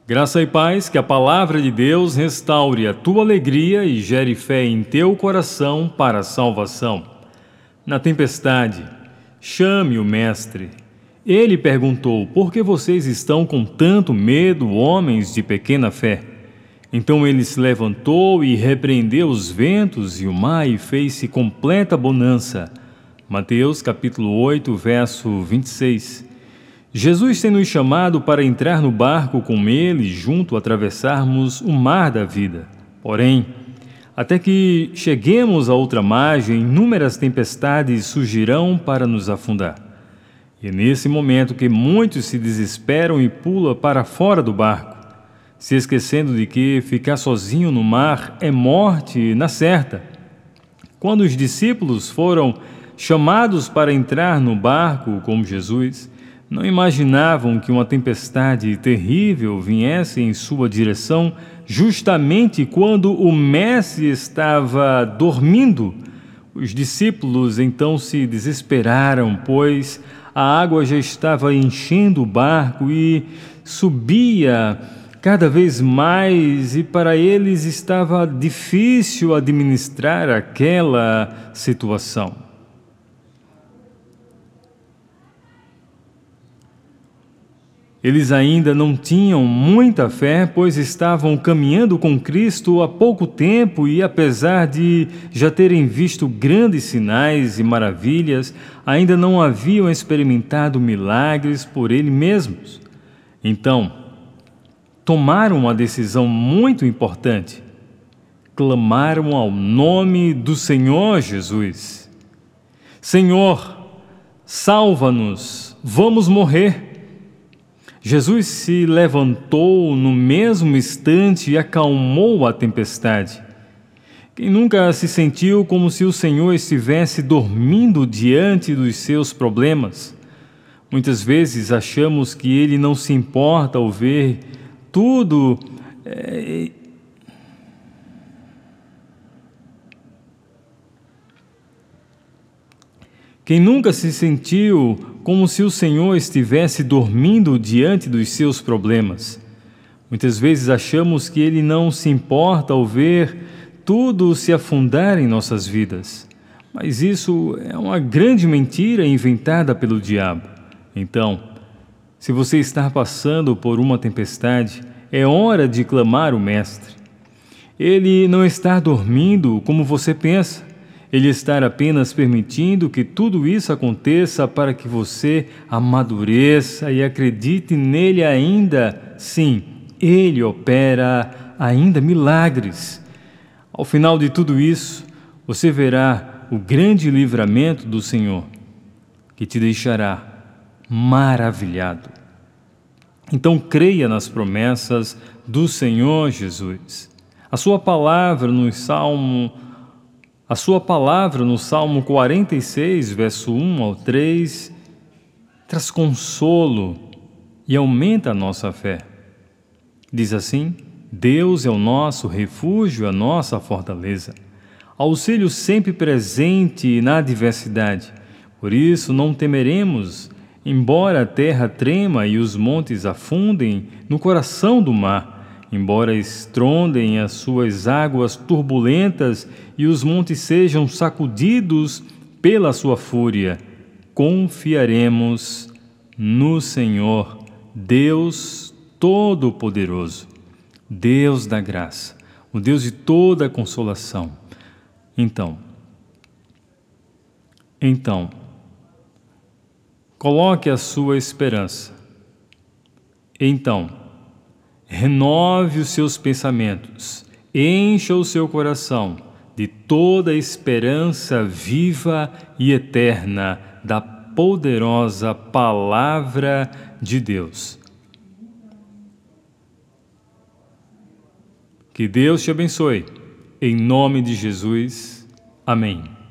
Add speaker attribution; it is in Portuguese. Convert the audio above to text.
Speaker 1: Graça e paz, que a palavra de Deus restaure a tua alegria e gere fé em teu coração para a salvação. Na tempestade, chame o Mestre. Ele perguntou: por que vocês estão com tanto medo, homens de pequena fé? Então ele se levantou e repreendeu os ventos e o mar e fez-se completa bonança. Mateus capítulo 8, verso 26. Jesus tem nos chamado para entrar no barco com Ele, junto a atravessarmos o mar da vida. Porém, até que cheguemos à outra margem, inúmeras tempestades surgirão para nos afundar. E é nesse momento que muitos se desesperam e pulam para fora do barco, se esquecendo de que ficar sozinho no mar é morte na certa. Quando os discípulos foram chamados para entrar no barco como Jesus, não imaginavam que uma tempestade terrível viesse em sua direção justamente quando o Mestre estava dormindo. Os discípulos então se desesperaram, pois a água já estava enchendo o barco e subia cada vez mais, e para eles estava difícil administrar aquela situação. Eles ainda não tinham muita fé, pois estavam caminhando com Cristo há pouco tempo e, apesar de já terem visto grandes sinais e maravilhas, ainda não haviam experimentado milagres por Ele mesmos. Então, tomaram uma decisão muito importante. Clamaram ao nome do Senhor Jesus. Senhor, salva-nos, vamos morrer. Jesus se levantou no mesmo instante e acalmou a tempestade. Quem nunca se sentiu como se o Senhor estivesse dormindo diante dos seus problemas? Muitas vezes achamos que Ele não se importa ao ver tudo. Quem nunca se sentiu como se o Senhor estivesse dormindo diante dos seus problemas? Muitas vezes achamos que Ele não se importa ao ver tudo se afundar em nossas vidas. Mas isso é uma grande mentira inventada pelo diabo. Então, se você está passando por uma tempestade, é hora de clamar o Mestre. Ele não está dormindo como você pensa. Ele está apenas permitindo que tudo isso aconteça para que você amadureça e acredite nele ainda. Sim, Ele opera ainda milagres. Ao final de tudo isso, você verá o grande livramento do Senhor, que te deixará maravilhado. Então creia nas promessas do Senhor Jesus. A sua palavra no Salmo 46, verso 1 ao 3, traz consolo e aumenta a nossa fé. Diz assim: Deus é o nosso refúgio, a nossa fortaleza, auxílio sempre presente na adversidade. Por isso não temeremos, embora a terra trema e os montes afundem no coração do mar, embora estrondem as suas águas turbulentas e os montes sejam sacudidos pela sua fúria. Confiaremos no Senhor, Deus Todo-Poderoso, Deus da graça, o Deus de toda consolação. Então, coloque a sua esperança. Renove os seus pensamentos, encha o seu coração de toda a esperança viva e eterna da poderosa Palavra de Deus. Que Deus te abençoe. Em nome de Jesus. Amém.